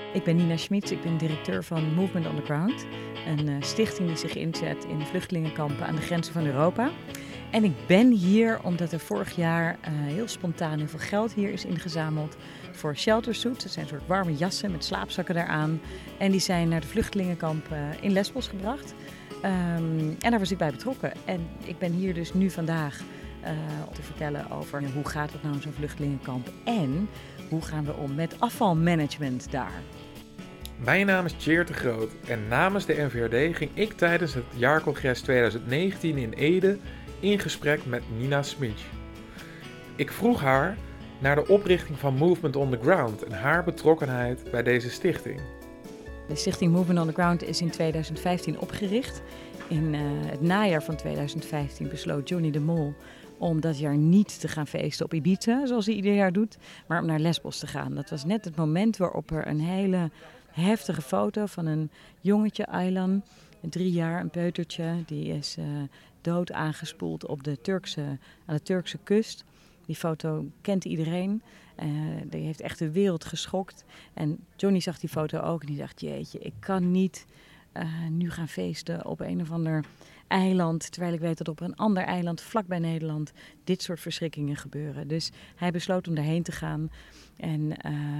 Ik ben Nina Schmitz, ik ben directeur van Movement on the Ground. Een stichting die zich inzet in vluchtelingenkampen aan de grenzen van Europa. En ik ben hier omdat er vorig jaar heel spontaan heel veel geld hier is ingezameld voor shelter suits. Dat zijn een soort warme jassen met slaapzakken daaraan. En die zijn naar de vluchtelingenkampen in Lesbos gebracht. En daar was ik bij betrokken. En ik ben hier dus nu vandaag om te vertellen over hoe gaat het nou in zo'n vluchtelingenkamp en hoe gaan we om met afvalmanagement daar. Mijn naam is Tjeerd de Groot en namens de NVRD ging ik tijdens het jaarcongres 2019 in Ede in gesprek met Nina Schmitz. Ik vroeg haar naar de oprichting van Movement on the Ground en haar betrokkenheid bij deze stichting. De stichting Movement on the Ground is in 2015 opgericht. In het najaar van 2015 besloot Johnny de Mol om dat jaar niet te gaan feesten op Ibiza, zoals hij ieder jaar doet, maar om naar Lesbos te gaan. Dat was net het moment waarop er een hele heftige foto van een jongetje, Aylan, 3 jaar, een peutertje, die is dood aangespoeld op aan de Turkse kust. Die foto kent iedereen. Die heeft echt de wereld geschokt. En Johnny zag die foto ook en die dacht, jeetje, ik kan niet nu gaan feesten op een of ander eiland, terwijl ik weet dat op een ander eiland vlakbij Nederland dit soort verschrikkingen gebeuren. Dus hij besloot om daarheen te gaan. En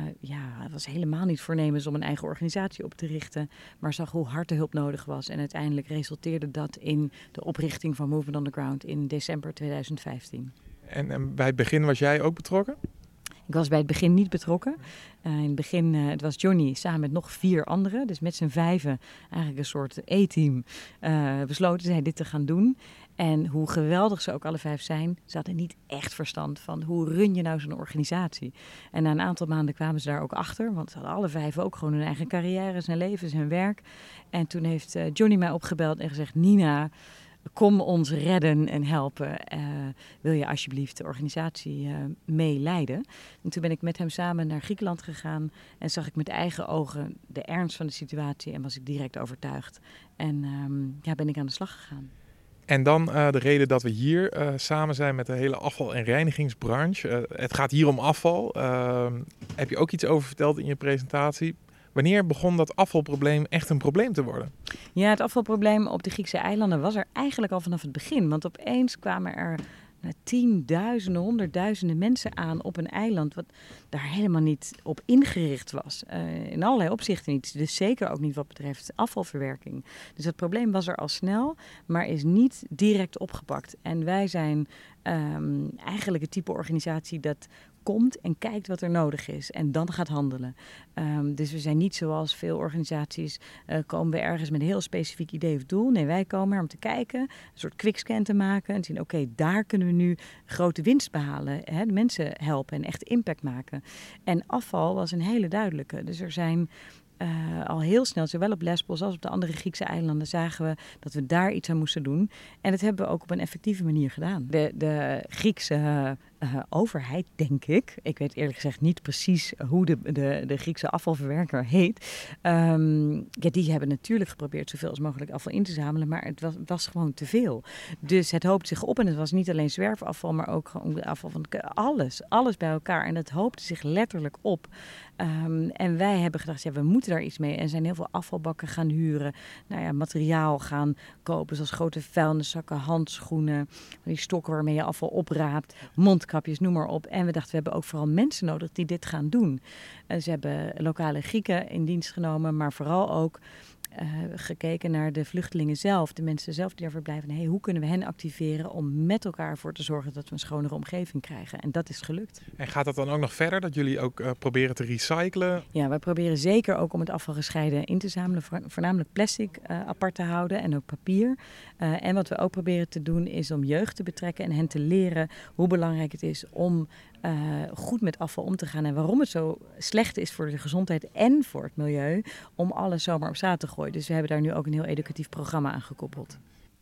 hij was helemaal niet voornemens om een eigen organisatie op te richten, maar zag hoe hard de hulp nodig was. En uiteindelijk resulteerde dat in de oprichting van Movement on the Ground in december 2015. En bij het begin was jij ook betrokken? Ik was bij het begin niet betrokken. In het begin het was Johnny samen met nog 4 anderen. Dus met z'n 5 eigenlijk een soort A-team besloten zij dit te gaan doen. En hoe geweldig ze ook alle 5 zijn, ze hadden niet echt verstand van hoe run je nou zo'n organisatie. En na een aantal maanden kwamen ze daar ook achter. Want ze hadden alle 5 ook gewoon hun eigen carrières en levens en werk. En toen heeft Johnny mij opgebeld en gezegd, Nina, kom ons redden en helpen. Wil je alsjeblieft de organisatie meeleiden? En toen ben ik met hem samen naar Griekenland gegaan en zag ik met eigen ogen de ernst van de situatie en was ik direct overtuigd. En ben ik aan de slag gegaan. En dan de reden dat we hier samen zijn met de hele afval- en reinigingsbranche. Het gaat hier om afval. Heb je ook iets over verteld in je presentatie? Wanneer begon dat afvalprobleem echt een probleem te worden? Ja, het afvalprobleem op de Griekse eilanden was er eigenlijk al vanaf het begin. Want opeens kwamen er tienduizenden, honderdduizenden mensen aan op een eiland wat daar helemaal niet op ingericht was. In allerlei opzichten niet. Dus zeker ook niet wat betreft afvalverwerking. Dus het probleem was er al snel, maar is niet direct opgepakt. En wij zijn eigenlijk het type organisatie dat komt en kijkt wat er nodig is en dan gaat handelen. Dus we zijn niet zoals veel organisaties, komen we ergens met een heel specifiek idee of doel. Nee, wij komen er om te kijken, een soort quickscan te maken en zien, oké, daar kunnen we nu grote winst behalen, hè, de mensen helpen en echt impact maken. En afval was een hele duidelijke. Dus er zijn al heel snel, zowel op Lesbos als op de andere Griekse eilanden, zagen we dat we daar iets aan moesten doen. En dat hebben we ook op een effectieve manier gedaan. De Griekse overheid, denk ik. Ik weet eerlijk gezegd niet precies hoe de Griekse afvalverwerker heet. Die hebben natuurlijk geprobeerd zoveel als mogelijk afval in te zamelen, maar het was gewoon te veel. Dus het hoopte zich op en het was niet alleen zwerfafval, maar ook gewoon afval van alles bij elkaar. En dat hoopte zich letterlijk op. En wij hebben gedacht, ja, we moeten daar iets mee. En zijn heel veel afvalbakken gaan huren. Materiaal gaan kopen, zoals grote vuilniszakken, handschoenen, die stokken waarmee je afval opraapt, mondkapjes, noem maar op. En we dachten, we hebben ook vooral mensen nodig die dit gaan doen. Ze hebben lokale Grieken in dienst genomen, maar vooral ook gekeken naar de vluchtelingen zelf, de mensen zelf die daar verblijven. Hey, hoe kunnen we hen activeren om met elkaar ervoor te zorgen dat we een schonere omgeving krijgen? En dat is gelukt. En gaat dat dan ook nog verder, dat jullie ook proberen te recyclen? Ja, wij proberen zeker ook om het afval gescheiden in te zamelen, voornamelijk plastic apart te houden en ook papier. En wat we ook proberen te doen is om jeugd te betrekken en hen te leren hoe belangrijk het is om goed met afval om te gaan en waarom het zo slecht is voor de gezondheid en voor het milieu om alles zomaar op straat te gooien. Dus we hebben daar nu ook een heel educatief programma aan gekoppeld.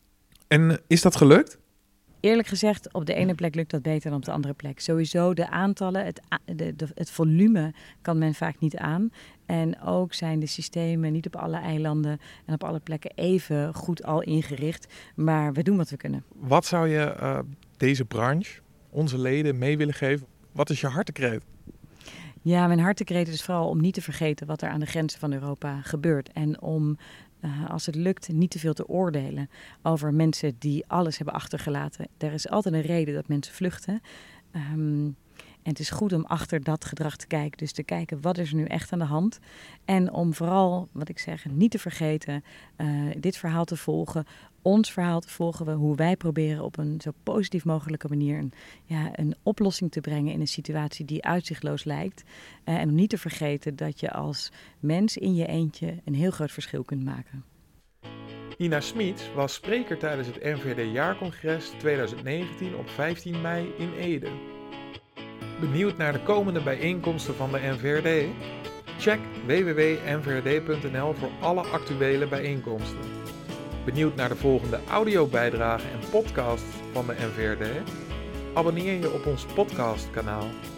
En is dat gelukt? Eerlijk gezegd, op de ene plek lukt dat beter dan op de andere plek. Sowieso de aantallen, het volume kan men vaak niet aan. En ook zijn de systemen niet op alle eilanden en op alle plekken even goed al ingericht. Maar we doen wat we kunnen. Wat zou je deze branche, onze leden, mee willen geven? Wat is je hartekreet? Ja, mijn hartekreet is vooral om niet te vergeten wat er aan de grenzen van Europa gebeurt. En om, als het lukt, niet te veel te oordelen over mensen die alles hebben achtergelaten. Er is altijd een reden dat mensen vluchten. En het is goed om achter dat gedrag te kijken. Dus te kijken, wat is er nu echt aan de hand? En om vooral, wat ik zeg, niet te vergeten dit verhaal te volgen. Ons verhaal te volgen, hoe wij proberen op een zo positief mogelijke manier een oplossing te brengen in een situatie die uitzichtloos lijkt. En om niet te vergeten dat je als mens in je eentje een heel groot verschil kunt maken. Nina Smits was spreker tijdens het NVD-jaarcongres 2019 op 15 mei in Ede. Benieuwd naar de komende bijeenkomsten van de NVRD? Check www.nvrd.nl voor alle actuele bijeenkomsten. Benieuwd naar de volgende audiobijdragen en podcasts van de NVRD? Abonneer je op ons podcastkanaal.